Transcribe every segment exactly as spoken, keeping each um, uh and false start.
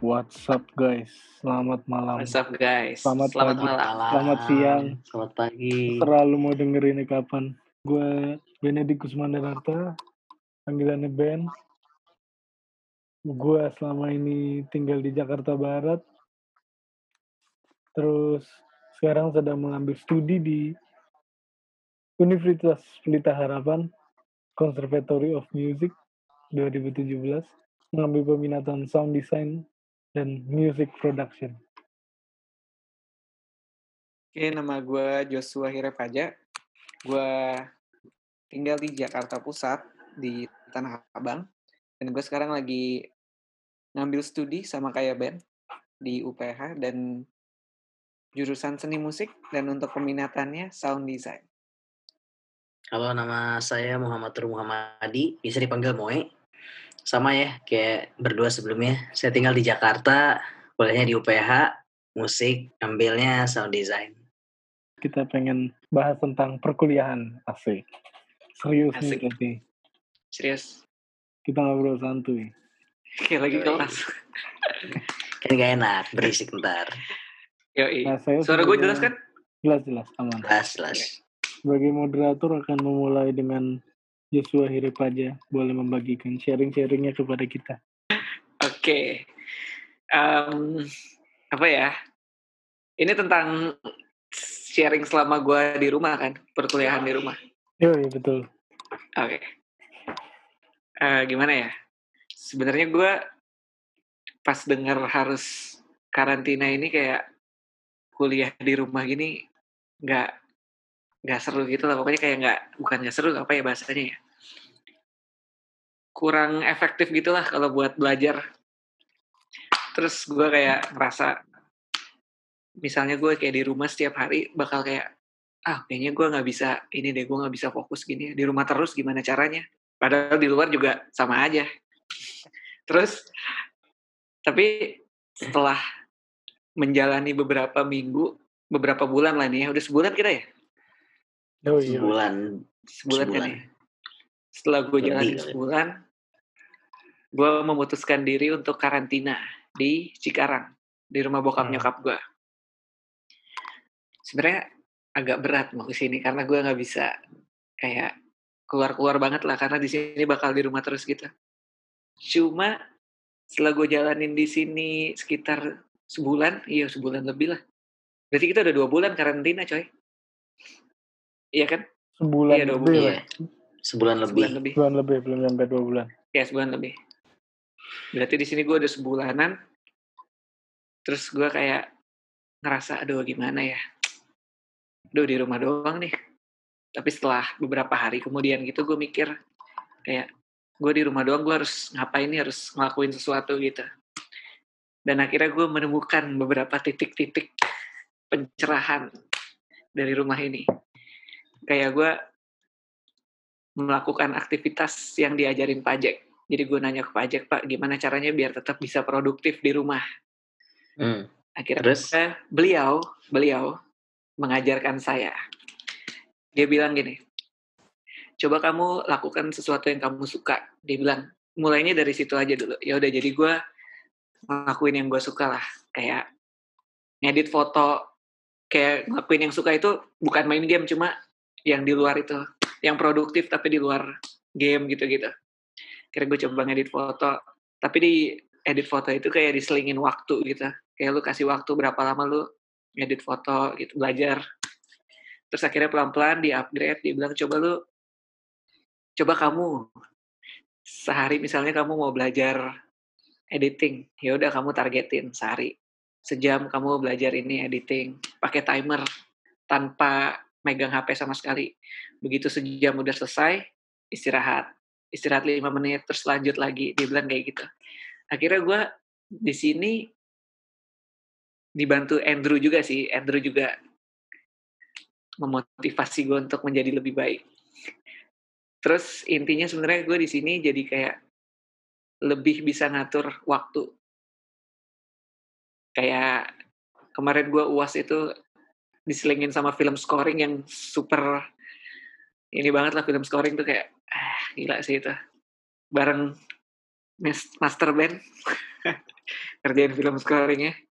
What's up guys? Selamat malam. What's up guys? Selamat, Selamat pagi. malam. Selamat siang. Selamat pagi. Terlalu mau denger ini kapan? Gue Benedik Kusmandararta, panggilannya Ben. Gue selama ini tinggal di Jakarta Barat. Terus sekarang sedang mengambil studi di Universitas Pelita Harapan, Conservatory of Music dua ribu tujuh belas, mengambil peminatan sound design dan music production. Oke, nama gue Joshua Hirepaja. Gue tinggal di Jakarta Pusat, di Tanah Abang. Dan gue sekarang lagi ngambil studi sama kayak Ben di U P H dan jurusan seni musik dan untuk peminatannya sound design. Halo, nama saya Muhammad Tur Muhammadi, bisa dipanggil Moe. Sama ya, kayak berdua sebelumnya. Saya tinggal di Jakarta, kuliahnya di U P H, musik, ambilnya sound design. Kita pengen bahas tentang perkuliahan, asik. Serius nih Asik. berarti. Serius. Kita ngobrol santuy. Kayak lagi Yoi. kelas. Kan gak enak, berisik ntar. Yoi. Nah, saya Suara gue sebagai- jelas kan? Jelas-jelas, aman. Jelas-jelas. Sebagai moderator akan memulai dengan Joshua Hirepaja. Boleh membagikan sharing-sharingnya kepada kita. Oke. Em, apa ya? Ini tentang sharing selama gue di rumah kan, perkuliahan di rumah. Yo, iya betul. Oke. Eh, gimana ya? Sebenarnya gue pas dengar harus karantina ini kayak kuliah di rumah gini nggak nggak seru gitu lah. Pokoknya kayak nggak bukan nggak seru apa ya bahasanya ya. Kurang efektif gitulah kalau buat belajar. Terus gue kayak ngerasa misalnya gue kayak di rumah setiap hari bakal kayak ah kayaknya gue nggak bisa ini deh, gue nggak bisa fokus gini di rumah terus, gimana caranya, padahal di luar juga sama aja. Terus tapi setelah menjalani beberapa minggu, beberapa bulan lah nih ya, udah sebulan kita ya Yo, iya. Sebulan. sebulan, kan Sebulan. ya, setelah gue Lebih jalanin kali. sebulan gue memutuskan diri untuk karantina di Cikarang di rumah bokap Hmm. nyokap gue. Sebenarnya agak berat mau kesini karena gue nggak bisa kayak keluar-keluar banget lah karena di sini bakal di rumah terus gitu. Cuma setelah gue jalanin di sini sekitar sebulan, iya sebulan lebih lah. Berarti kita udah dua bulan karantina coy. Iya kan? Sebulan Iya, dua lebih bulan. lah. Iya. Sebulan lebih. Sebulan lebih. Sebulan lebih, belum sampai dua bulan. Ya sebulan lebih. Berarti di sini gue udah sebulanan. Terus gue kayak ngerasa aduh gimana ya. Aduh di rumah doang nih. Tapi setelah beberapa hari kemudian gitu gue mikir kayak gue di rumah doang, gue harus ngapain nih, harus ngelakuin sesuatu gitu. Dan akhirnya gue menemukan beberapa titik-titik pencerahan dari rumah ini. Kayak gue melakukan aktivitas yang diajarin Pak Jack. Jadi gue nanya ke Pak Jack, Pak gimana caranya biar tetap bisa produktif di rumah. Hmm. Akhirnya Terus? beliau, beliau mengajarkan saya. Dia bilang gini, coba kamu lakukan sesuatu yang kamu suka. Dia bilang, mulainya dari situ aja dulu. Ya udah, jadi gue ngelakuin yang gue suka lah. Kayak ngedit foto, kayak ngelakuin yang suka itu bukan main game, cuma yang di luar itu. Yang produktif tapi di luar game gitu-gitu. Kira gue coba ngedit foto, tapi di edit foto itu kayak diselingin waktu gitu. Kayak lu kasih waktu berapa lama lu ngedit foto gitu, belajar. Terus akhirnya pelan-pelan di-upgrade, dia bilang coba lu, coba kamu sehari misalnya kamu mau belajar editing, ya udah kamu targetin sehari sejam kamu belajar ini editing, pakai timer tanpa megang H P sama sekali. Begitu sejam udah selesai, istirahat. Istirahat lima menit, terus lanjut lagi. Dia bilang kayak gitu. Akhirnya gue di sini dibantu Andrew juga sih. Andrew juga memotivasi gue untuk menjadi lebih baik. Terus intinya sebenarnya gue di sini jadi kayak lebih bisa ngatur waktu. Kayak kemarin gue U A S itu diselingin sama film scoring yang super ini banget lah, film scoring tuh kayak ah, gila sih itu. Bareng Master Band. ngerjain film scoring ya.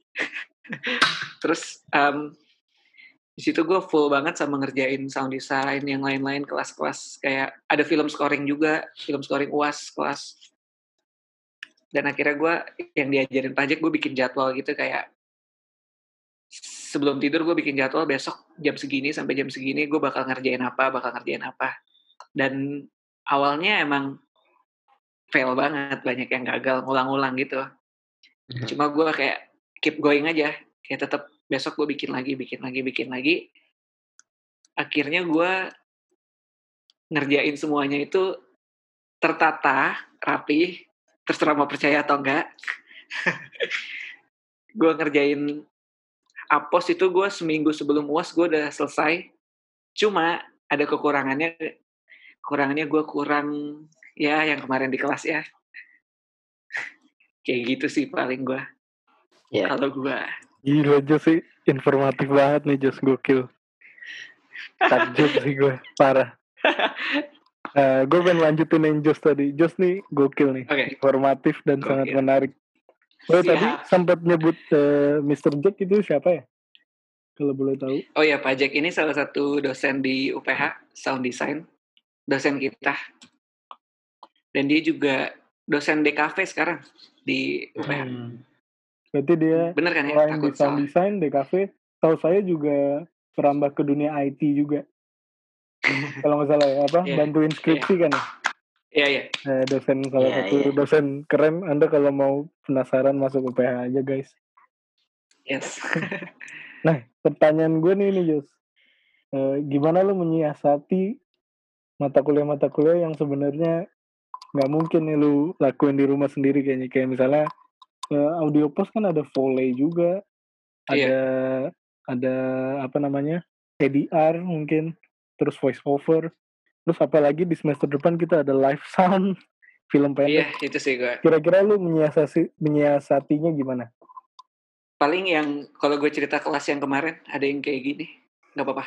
Terus um, di situ gue full banget sama ngerjain sound design yang lain-lain kelas-kelas kayak ada film scoring juga, film scoring U A S kelas. Dan akhirnya gue yang diajarin pajak gue bikin jadwal gitu kayak sebelum tidur gue bikin jadwal besok jam segini sampai jam segini gue bakal ngerjain apa, bakal ngerjain apa. Dan awalnya emang fail banget, banyak yang gagal, ngulang-ngulang gitu. Mhm. Cuma gue kayak keep going aja, kayak tetap besok gue bikin lagi, bikin lagi, bikin lagi. Akhirnya gue ngerjain semuanya itu tertata, rapi, terserah mau percaya atau enggak. Gue ngerjain apos itu gue seminggu sebelum U A S gue udah selesai. Cuma ada kekurangannya, kekurangannya gue kurang ya yang kemarin di kelas ya. Kayak gitu sih paling gue. Ya. Kalau gue. Gila Jos sih, informatif banget nih Jos, gokil. Takjub sih gue, parah. Uh, gue pengen lanjutin yang Jos tadi. Jos nih gokil nih, Oke. informatif dan Gokil. sangat menarik. Oh Siap. tadi sempat nyebut uh, mister Jack itu siapa ya? Kalau boleh tahu. Oh ya, Pak Jack ini salah satu dosen di U P H, Sound Design. Dosen kita. Dan dia juga dosen D K V sekarang di U P H. Hmm. Berarti dia Bener kan ya? selain Takut di sound salah. design, D K V, tahu saya juga perambah ke dunia I T juga. Kalau nggak salah ya, apa? Yeah. Bantuin skripsi Yeah. kan ya? Iya, iya. Eh, dosen salah Yeah, satu yeah. dosen keren. Anda kalau mau penasaran masuk U P H aja guys. Yes. Nah, pertanyaan gue nih nih Jos, eh, gimana lo menyiasati mata kuliah-mata kuliah yang sebenarnya nggak mungkin nih lo lakuin di rumah sendiri kayaknya. Kayak misalnya eh, audio post kan ada Foley juga, ada Iya. ada apa namanya A D R mungkin, terus voice over, terus apalagi di semester depan kita ada live sound, film Iya, pendek. itu sih gue. Kira-kira lu menyiasati menyiasatinya gimana? Paling yang kalau gue cerita kelas yang kemarin ada yang kayak gini, nggak apa-apa.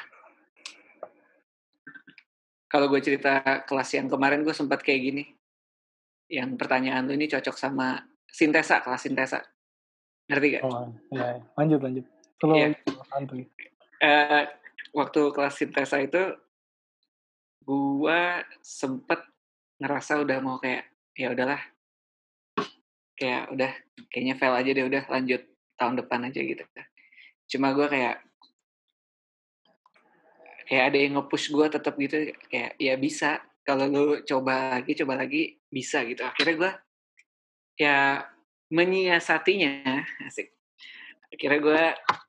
Kalau gue cerita kelas yang kemarin gue sempat kayak gini. Yang pertanyaan lu ini cocok sama sintesa, kelas sintesa. Ngerti gak? Oh, ya, lanjut lanjut. Kalau Iya. santuy. Uh, waktu kelas sintesa itu gue sempet ngerasa udah mau kayak ya udahlah, kayak udah kayaknya fail aja deh, udah lanjut tahun depan aja gitu. Cuma gue kayak kayak ada yang nge-push gue tetap gitu, kayak ya bisa kalau lu coba lagi coba lagi bisa gitu. Akhirnya gue ya menyiasatinya, asik. Akhirnya gue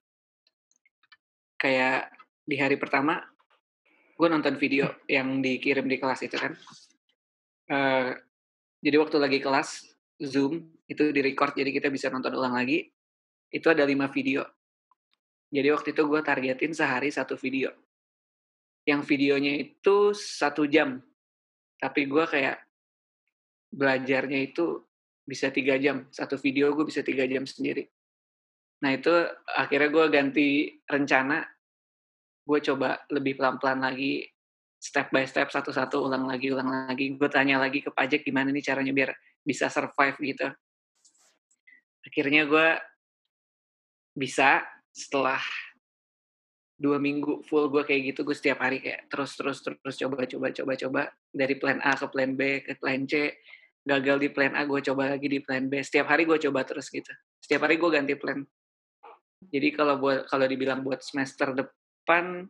kayak di hari pertama gue nonton video yang dikirim di kelas itu kan. Uh, jadi waktu lagi kelas Zoom itu di record, jadi kita bisa nonton ulang lagi. Itu ada lima video. Jadi waktu itu gue targetin sehari satu video. Yang videonya itu satu jam. Tapi gue kayak belajarnya itu bisa tiga jam. Satu video gue bisa tiga jam sendiri. Nah itu akhirnya gue ganti rencana. Gue coba lebih pelan-pelan lagi. Step by step, satu-satu, ulang lagi, ulang lagi. Gue tanya lagi ke pajak gimana nih caranya biar bisa survive gitu. Akhirnya gue bisa setelah dua minggu full gue kayak gitu, gue setiap hari kayak terus terus terus coba coba coba coba dari plan A ke plan B ke plan C, gagal di plan A gue coba lagi di plan B, setiap hari gue coba terus gitu, setiap hari gue ganti plan. Jadi kalau buat kalau dibilang buat semester depan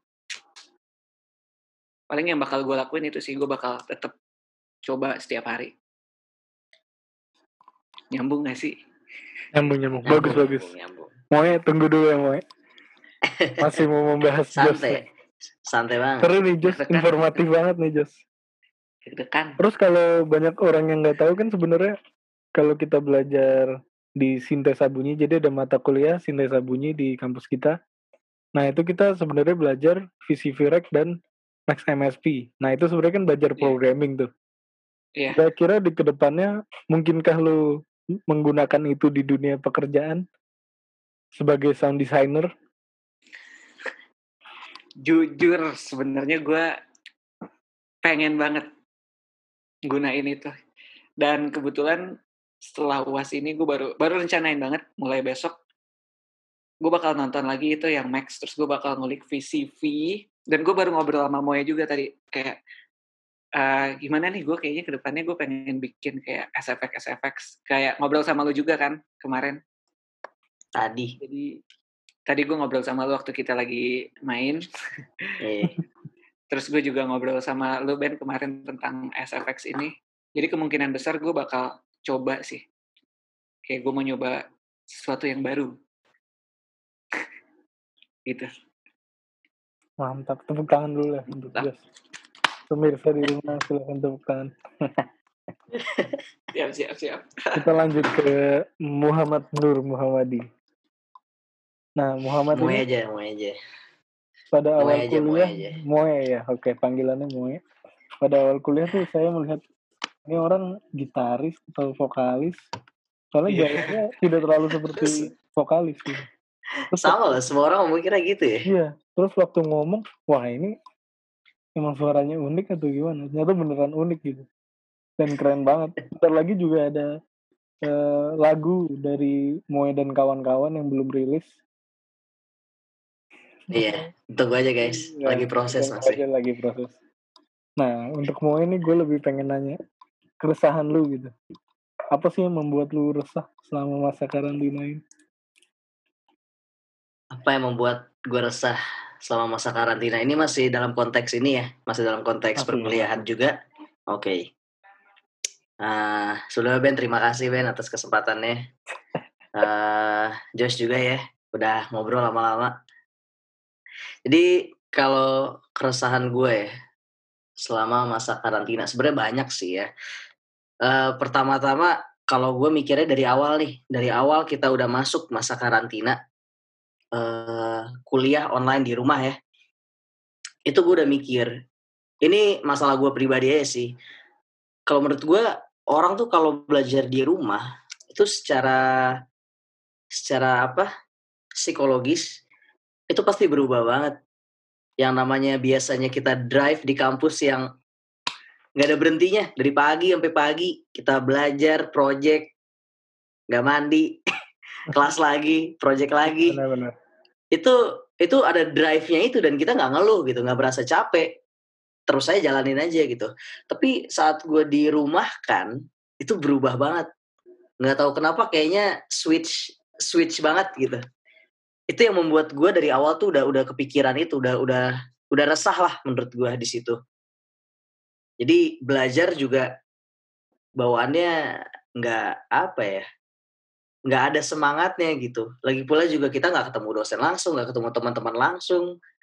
paling yang bakal gue lakuin itu sih, gue bakal tetap coba setiap hari. Nyambung gak sih? Nyambung nyambung, bagus Nyambung, bagus. nyambung. Moe tunggu dulu ya Moe. Masih mau membahas Jos nih. Santai, santai banget. Terus nih Jos, Deg-degan. informatif banget nih Jos. Deg-degan. Terus kalau banyak orang yang nggak tahu kan sebenarnya kalau kita belajar di sintesa bunyi, jadi ada mata kuliah sintesa bunyi di kampus kita. Nah itu kita sebenarnya belajar V C V R E C dan Max M S P. Nah itu sebenarnya kan belajar Iya. programming tuh. Iya. Kira-kira di kedepannya mungkinkah lu menggunakan itu di dunia pekerjaan sebagai sound designer? Jujur sebenarnya gue pengen banget gunain itu, dan kebetulan setelah U A S ini gue baru baru rencanain banget mulai besok gue bakal nonton lagi itu yang Max, terus gue bakal ngulik V C V, dan gue baru ngobrol sama Moya juga tadi kayak uh, gimana nih gue kayaknya kedepannya gue pengen bikin kayak S F X S F X kayak ngobrol sama lu juga kan kemarin tadi. Jadi tadi gue ngobrol sama lu waktu kita lagi main. Eh. Terus gue juga ngobrol sama lu Ben kemarin tentang S F X ini. Jadi kemungkinan besar gue bakal coba sih. Kayak gue mau nyoba sesuatu yang baru. Gitu. Mantap, tepuk tangan dulu lah untuk Jos. Pemirsa di rumah silakan tepuk tangan. Siap, siap, siap. Kita lanjut ke Muhammad Nur Muhammadi. Nah, Muhammad Moe ini aja, Moe aja. pada Moe awal aja, kuliah, Moe aja. Moe ya, oke panggilannya Moe. Pada awal kuliah tuh saya melihat ini orang gitaris atau vokalis, soalnya Iya. gayanya tidak terlalu seperti vokalis gitu. Terus Sama waktu- lah, semua orang mikirnya gitu ya. Iya, terus waktu ngomong, wah ini emang suaranya unik atau gimana? Ternyata beneran unik gitu. Dan keren banget. Bentar lagi juga ada eh, lagu dari Moe dan kawan-kawan yang belum rilis. Iya, tunggu aja guys, Ya, lagi proses tunggu masih. aja, lagi proses. Nah, untuk Moe ini gue lebih pengen nanya keresahan lu gitu. Apa sih yang membuat lu resah selama masa karantina ini? Apa yang membuat gue resah selama masa karantina ini masih dalam konteks ini ya, masih dalam konteks Masih, perkuliahan masih. juga. Oke. Okay. Uh, sebelumnya Ben, terima kasih Ben atas kesempatannya. Uh, Josh juga ya, udah ngobrol lama-lama. Jadi kalau keresahan gue ya selama masa karantina sebenarnya banyak sih ya. Uh, pertama-tama kalau gue mikirnya dari awal nih, dari awal kita udah masuk masa karantina, uh, kuliah online di rumah ya. Itu gue udah mikir, ini masalah gue pribadi aja sih. Kalau menurut gue orang tuh kalau belajar di rumah itu secara secara apa psikologis itu pasti berubah banget. Yang namanya biasanya kita drive di kampus yang nggak ada berhentinya dari pagi sampai pagi kita belajar project, nggak mandi, kelas lagi, project lagi. Benar-benar. Itu itu ada drive-nya itu dan kita nggak ngeluh gitu, nggak berasa capek. Terus saya jalanin aja gitu. Tapi saat gue di rumah kan itu berubah banget. Nggak tahu kenapa kayaknya switch switch banget gitu. Itu yang membuat gue dari awal tuh udah udah kepikiran itu, udah udah udah resah lah menurut gue di situ. Jadi belajar juga bawaannya nggak apa ya, nggak ada semangatnya gitu. Lagi pula juga kita nggak ketemu dosen langsung, nggak ketemu teman-teman langsung.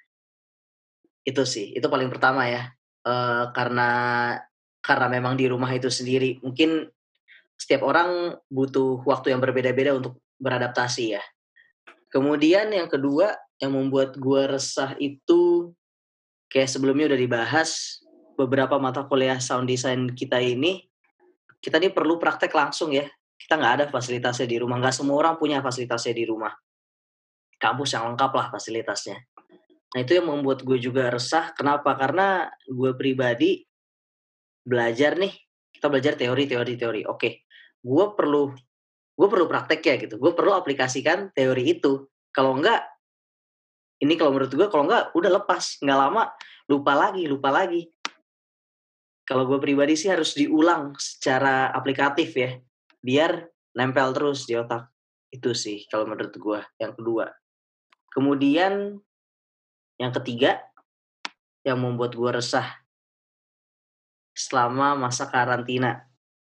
Itu sih, itu paling pertama ya. Uh, karena karena memang di rumah itu sendiri, mungkin setiap orang butuh waktu yang berbeda-beda untuk beradaptasi ya. Kemudian yang kedua yang membuat gue resah itu kayak sebelumnya udah dibahas, beberapa mata kuliah sound design kita ini kita ini perlu praktek langsung ya. Kita nggak ada fasilitasnya di rumah, nggak semua orang punya fasilitasnya di rumah. Kampus yang lengkap lah fasilitasnya. Nah itu yang membuat gue juga resah. Kenapa? Karena gue pribadi belajar nih, kita belajar teori, teori, teori. Oke, gue perlu gue perlu praktek ya gitu. Gue perlu aplikasikan teori itu. Kalau enggak, ini kalau menurut gue, kalau enggak udah lepas. Nggak lama, lupa lagi, lupa lagi. Kalau gue pribadi sih harus diulang secara aplikatif ya. Biar nempel terus di otak. Itu sih kalau menurut gue yang kedua. Kemudian yang ketiga, yang membuat gue resah selama masa karantina.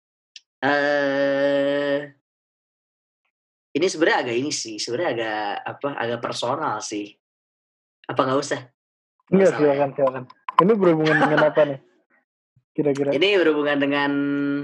Eh... Ini sebenarnya agak ini sih, sebenarnya agak apa, agak personal sih. Apa nggak usah? Enggak, silakan, silakan. Ini berhubungan dengan apa nih? Kira-kira? Ini berhubungan dengan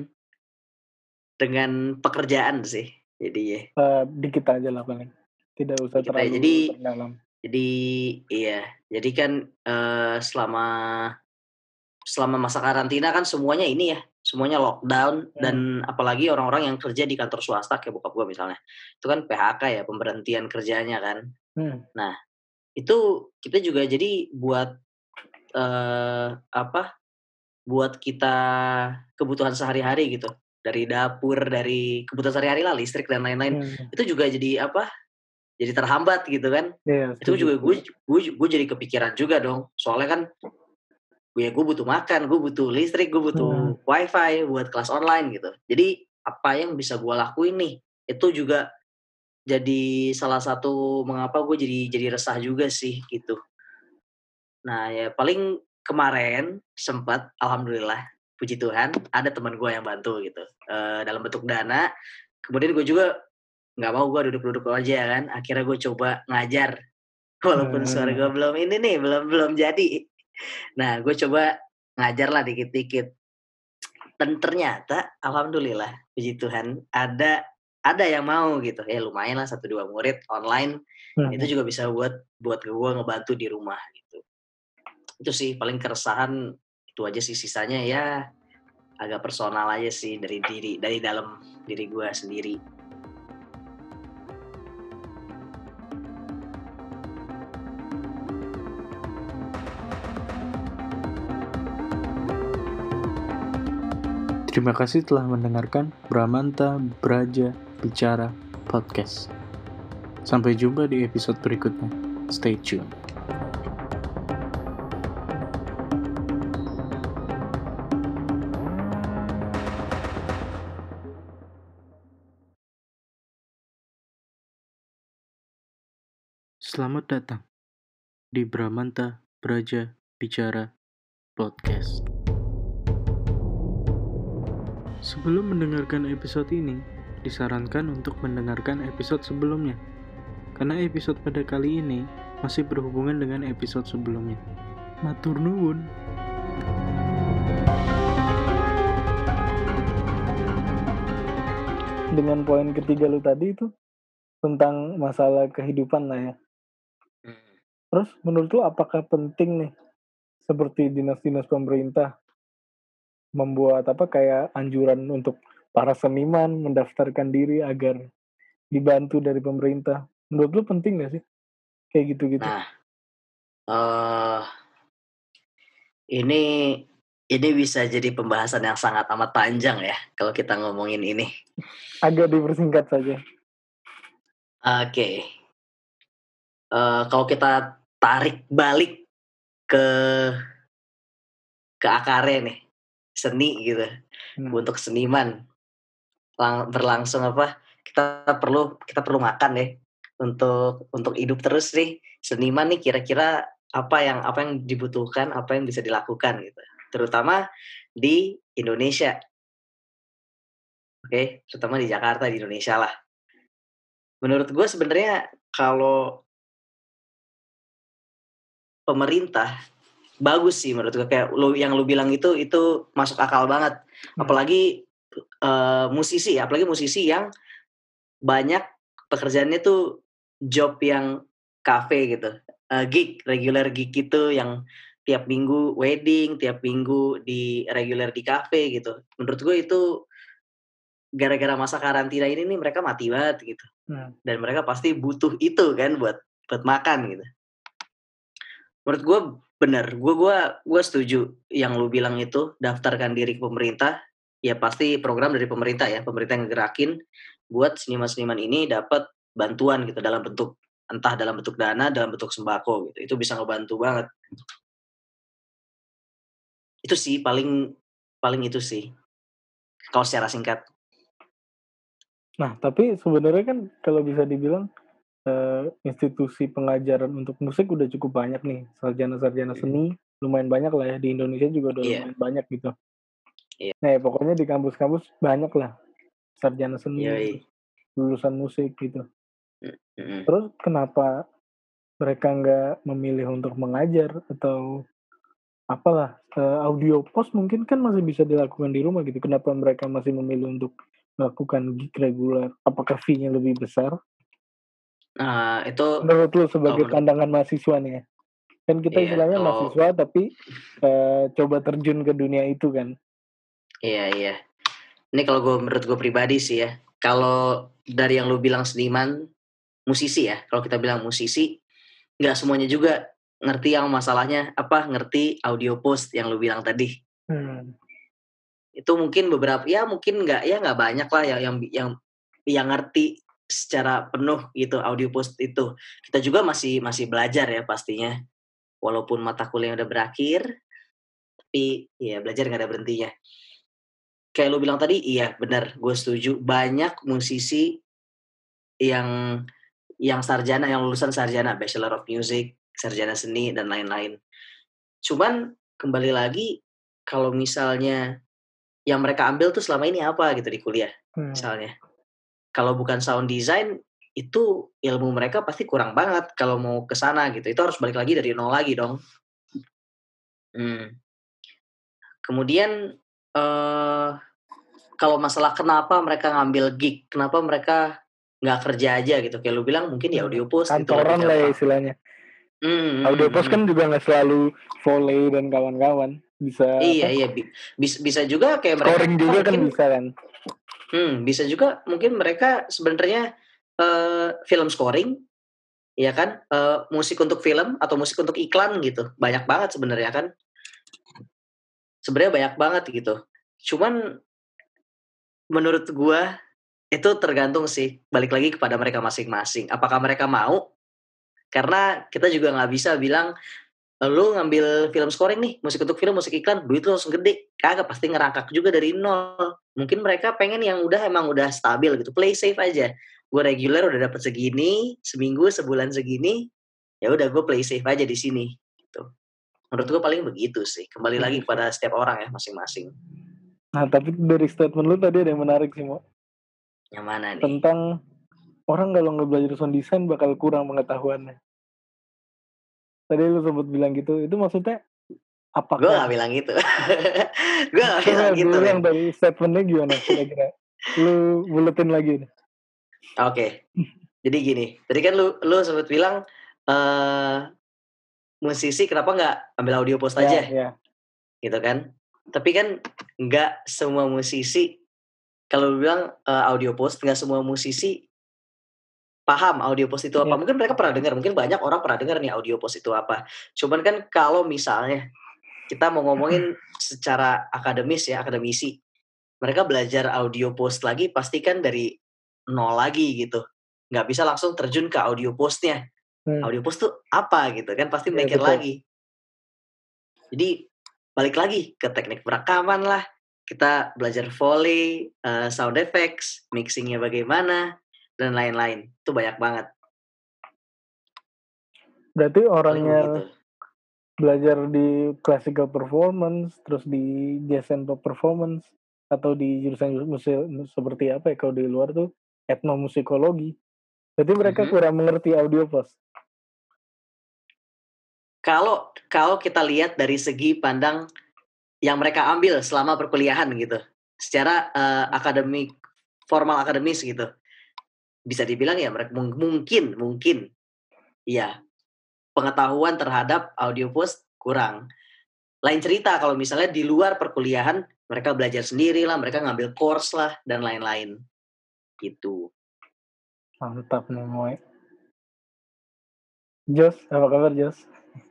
dengan pekerjaan sih. Jadi ya. Uh, dikit aja lah paling. Tidak usah Dikit terlalu aja. Jadi, terdalam. Jadi iya, jadi kan uh, selama selama masa karantina kan semuanya ini ya, semuanya lockdown hmm. dan apalagi orang-orang yang kerja di kantor swasta kayak bokap gue misalnya, itu kan P H K ya, pemberhentian kerjanya kan. Hmm. Nah itu kita juga jadi buat uh, apa? Buat kita kebutuhan sehari-hari gitu dari dapur, dari kebutuhan sehari-hari lah, listrik dan lain-lain. Hmm. Itu juga jadi apa? Jadi terhambat gitu kan. Iya, Itu setuju. juga gue gue gue jadi kepikiran juga dong. Soalnya kan gue ya gue butuh makan, gue butuh listrik, gue butuh Hmm. wifi buat kelas online gitu. Jadi apa yang bisa gue lakuin nih? Itu juga jadi salah satu mengapa gue jadi jadi resah juga sih gitu. Nah ya paling kemarin sempat alhamdulillah puji Tuhan ada teman gue yang bantu gitu eh, dalam bentuk dana. Kemudian gue juga nggak mau gue duduk-duduk aja kan. Akhirnya gue coba ngajar walaupun suara gue Hmm. belum ini nih belum belum jadi. Nah gue coba ngajar lah dikit-dikit. Dan ternyata alhamdulillah puji Tuhan ada ada yang mau gitu ya lumayan lah satu dua murid online Hmm. itu juga bisa buat buat gue ngebantu di rumah gitu. Itu sih paling keresahan itu aja sih, sisanya ya agak personal aja sih dari diri dari dalam diri gue sendiri. Terima kasih telah mendengarkan Bramanta Braja Bicara Podcast. Sampai jumpa di episode berikutnya. Stay tune. Selamat datang di Bramanta Braja Bicara Podcast. Sebelum mendengarkan episode ini, disarankan untuk mendengarkan episode sebelumnya. Karena episode pada kali ini masih berhubungan dengan episode sebelumnya. Matur nuwun. Dengan poin ketiga lu tadi itu tentang masalah kehidupan lah ya. Terus menurut lu apakah penting nih seperti dinas-dinas pemerintah membuat apa kayak anjuran untuk para seniman mendaftarkan diri agar dibantu dari pemerintah? Menurut lu penting gak sih kayak gitu-gitu? Nah, uh, ini ini bisa jadi pembahasan yang sangat amat panjang ya kalau kita ngomongin ini. Agak dipersingkat saja. Oke, okay. uh, kalau kita tarik balik ke ke akarnya nih seni gitu, hmm. untuk seniman lang, berlangsung apa? Kita perlu kita perlu makan deh untuk untuk hidup terus nih. Seniman nih kira-kira apa yang apa yang dibutuhkan, apa yang bisa dilakukan gitu, terutama di Indonesia. Oke, okay? Terutama di Jakarta, di Indonesia lah. Menurut gue sebenarnya kalau pemerintah bagus sih menurut gue, kayak lu yang lu bilang itu itu masuk akal banget. Hmm. Apalagi uh, musisi, apalagi musisi yang banyak pekerjaannya tuh job yang kafe gitu, uh, gig, regular gig gitu yang tiap minggu wedding, tiap minggu di regular di kafe gitu. Menurut gue itu gara-gara masa karantina ini nih mereka mati banget gitu. Hmm. Dan mereka pasti butuh itu kan buat buat makan gitu. Menurut gue benar, gue gue gue setuju yang lu bilang itu, daftarkan diri ke pemerintah. Ya pasti program dari pemerintah ya, pemerintah yang ngegerakin buat seniman-seniman ini dapat bantuan gitu dalam bentuk entah dalam bentuk dana, dalam bentuk sembako gitu. Itu bisa ngebantu banget. Itu sih paling paling itu sih kalau secara singkat. Nah, tapi sebenarnya kan kalau bisa dibilang Uh, institusi pengajaran untuk musik udah cukup banyak nih, sarjana-sarjana seni lumayan banyak lah ya, di Indonesia juga udah yeah. lumayan banyak gitu. Yeah. Nah ya, pokoknya di kampus-kampus banyak lah sarjana seni, yeah. lulusan musik gitu. Mm-hmm. Terus kenapa mereka nggak memilih untuk mengajar atau apalah, uh, audio post mungkin kan masih bisa dilakukan di rumah gitu. Kenapa mereka masih memilih untuk melakukan gig reguler? Apakah fee-nya lebih besar? Nah, itu menurut lu sebagai oh, pandangan mahasiswa nih ya, kan kita iya, istilahnya kalau, mahasiswa tapi uh, coba terjun ke dunia itu kan. Iya iya. Ini kalau gue menurut gue pribadi sih ya, kalau dari yang lu bilang seniman, musisi ya, kalau kita bilang musisi, nggak semuanya juga ngerti yang masalahnya apa, ngerti audio post yang lu bilang tadi. Hmm. Itu mungkin beberapa ya mungkin nggak ya nggak banyak lah yang yang yang yang ngerti secara penuh gitu audio post itu. Kita juga masih masih belajar ya pastinya. Walaupun mata kuliah udah berakhir, tapi ya belajar nggak ada berhentinya. Kayak lu bilang tadi, iya benar, gue setuju. Banyak musisi yang yang sarjana, yang lulusan sarjana, Bachelor of Music, sarjana seni dan lain-lain. Cuman kembali lagi kalau misalnya yang mereka ambil tuh selama ini apa gitu di kuliah, Hmm. misalnya. Kalau bukan sound design, itu ilmu mereka pasti kurang banget kalau mau ke sana gitu. Itu harus balik lagi dari nol lagi dong. Hmm. Kemudian eh kalau masalah kenapa mereka ngambil gig, kenapa mereka nggak kerja aja gitu. Kayak lu bilang mungkin di audio post itu lebih Kantoran lah ya gampang. istilahnya. Hmm, Audio hmm, post hmm. kan juga nggak selalu volley dan kawan-kawan. Bisa Iya apa? iya bi- bis- bisa juga kayak mereka Scoring juga kan mungkin bisa kan. hmm, bisa juga mungkin mereka sebenarnya eh, film scoring ya kan. Eh, musik untuk film atau musik untuk iklan gitu banyak banget sebenarnya kan, sebenarnya banyak banget gitu. Cuman menurut gua itu tergantung sih, balik lagi kepada mereka masing-masing apakah mereka mau. Karena kita juga nggak bisa bilang lu ngambil film scoring nih, musik untuk film, musik iklan, duit lu langsung gede. Kagak, pasti ngerangkak juga dari nol. Mungkin mereka pengen yang udah emang udah stabil gitu, play safe aja. Gue reguler udah dapet segini, seminggu, sebulan segini, ya udah gue play safe aja di sini. Gitu. Menurut gue paling begitu sih. Kembali lagi kepada setiap orang ya masing-masing. Nah tapi dari statement lu tadi ada yang menarik sih, Mo. Yang mana nih? Tentang orang kalau nggak belajar sound design bakal kurang pengetahuannya. Tadi lu sempat bilang gitu, itu maksudnya apakah? Gue gak bilang gitu. Gue gak bilang gitu, gue men. bilang tadi statementnya gimana kira-kira? Lu buletin lagi nih. Oke. Okay. Jadi gini, tadi kan lu lu sempat bilang eh musisi kenapa nggak ambil audio post aja, ya, ya. gitu kan? Tapi kan nggak semua musisi, kalau lu bilang uh, audio post, nggak semua musisi paham audio post itu apa. Ya. Mungkin mereka pernah dengar, mungkin banyak orang pernah dengar nih audio post itu apa. Cuman kan kalau misalnya kita mau ngomongin secara akademis ya, akademisi, mereka belajar audio post lagi pasti kan dari nol lagi gitu. Nggak bisa langsung terjun ke audio postnya. Hmm. Audio post tuh apa gitu kan, pasti Ya, mikir betul. lagi. Jadi balik lagi ke teknik perekaman lah. Kita belajar Foley, uh, sound effects, mixingnya bagaimana, dan lain-lain. Itu banyak banget. Berarti Paling orangnya begitu. belajar di classical performance, terus di jazz and pop performance, atau di jurusan musik seperti apa ya kalau di luar tuh etnomusikologi. Berarti mereka Mhm. kurang mengerti audio post. Kalau kalau kita lihat dari segi pandang yang mereka ambil selama perkuliahan gitu, secara uh, akademik, formal akademis gitu, bisa dibilang ya mereka mungkin mungkin ya pengetahuan terhadap audio post kurang. Lain cerita kalau misalnya di luar perkuliahan mereka belajar sendiri lah, mereka ngambil course lah dan lain-lain gitu. Mantap nih Moe. Jos, apa kabar Jos?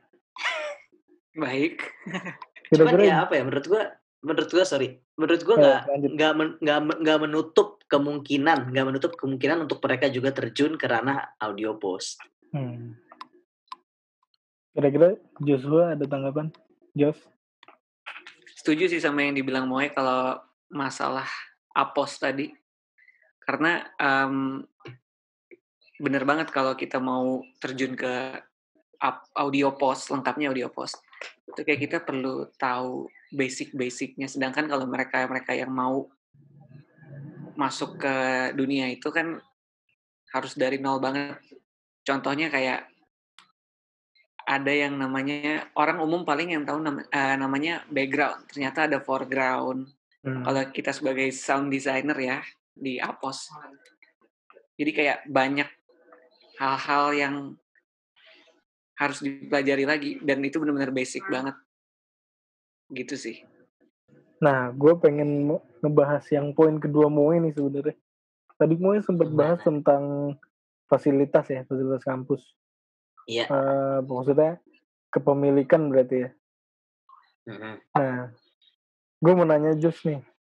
Baik. Cuman Kira-kira ya apa ya, menurut gua menurut gua sorry menurut gua eh, nggak lanjut. nggak men- nggak nggak menutup kemungkinan nggak menutup kemungkinan untuk mereka juga terjun ke ranah audio post. Hmm. Kira-kira Joshua ada tanggapan? Jos? Setuju sih sama yang dibilang Moe kalau masalah apos tadi. Karena um, bener banget kalau kita mau terjun ke up- audio post, lengkapnya audio post. Itu kayak kita perlu tahu basic-basicnya. Sedangkan kalau mereka-mereka yang mau masuk ke dunia itu kan harus dari nol banget. Contohnya kayak ada yang namanya orang umum paling yang tahu nama, uh, namanya background. Ternyata ada foreground. Hmm. Kalau kita sebagai sound designer ya di Apos. Jadi kayak banyak hal-hal yang harus dipelajari lagi dan itu benar-benar basic banget. Gitu sih. Nah, gue pengen ngebahas yang poin kedua Moe nih sebenarnya. Tadi Moe sempat bahas tentang fasilitas ya, fasilitas kampus. Iya. Uh, maksudnya kepemilikan berarti ya. Mm-hmm. Nah, gue mau nanya Jos nih,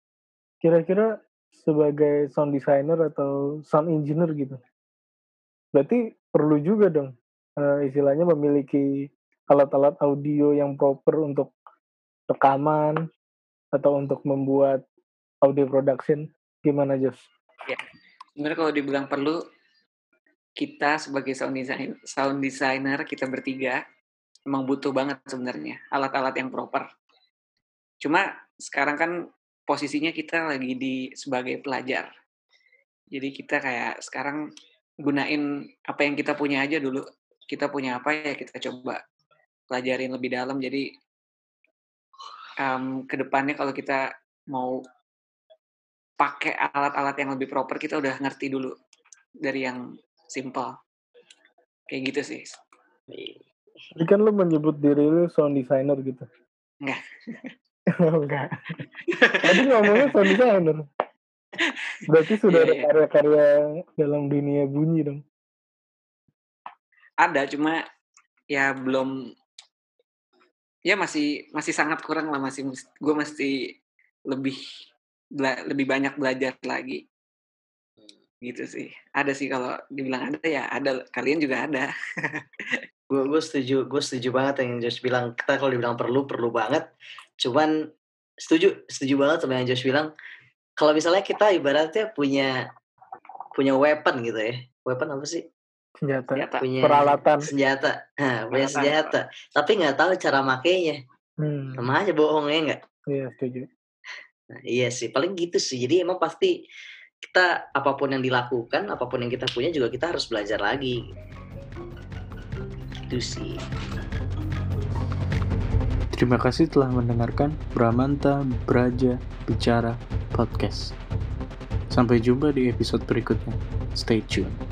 kira-kira sebagai sound designer atau sound engineer gitu, berarti perlu juga dong, eee, istilahnya memiliki alat-alat audio yang proper untuk rekaman atau untuk membuat audio production. Gimana, Jos? Ya, sebenarnya kalau dibilang perlu, kita sebagai sound design sound designer, kita bertiga, emang butuh banget sebenarnya alat-alat yang proper. Cuma sekarang kan posisinya kita lagi di sebagai pelajar. Jadi kita kayak sekarang gunain apa yang kita punya aja dulu. Kita punya apa ya kita coba pelajarin lebih dalam. Jadi um, ke depannya kalau kita mau pakai alat-alat yang lebih proper, kita udah ngerti dulu dari yang simple. Kayak gitu sih. Tadi kan lu menyebut diri lu sound designer gitu. Enggak. Enggak. Tadi ngomongnya sound designer. Berarti sudah Iya, ada iya. karya-karya dalam dunia bunyi dong. Ada, cuma ya belum, ya masih masih sangat kurang lah, masih gue mesti lebih bela- lebih banyak belajar lagi gitu sih. Ada sih, kalau dibilang ada ya ada, kalian juga ada. Gue gue setuju gue setuju banget yang Josh bilang. Kita kalau dibilang perlu perlu banget. Cuman setuju setuju banget sama yang Josh bilang. Kalau misalnya kita ibaratnya punya punya weapon gitu ya. Weapon apa sih? Senjata. Senjata. Punya Peralatan. senjata. Nah, punya Peralatan. senjata. Tapi nggak tahu cara makainya. Hmm. Sama aja bohongnya nggak? Iya, setuju. Nah, iya sih, paling gitu sih. Jadi emang pasti kita apapun yang dilakukan, apapun yang kita punya juga kita harus belajar lagi. Gitu sih. Terima kasih telah mendengarkan Bramanta Braja Bicara Podcast. Sampai jumpa di episode berikutnya. Stay tuned.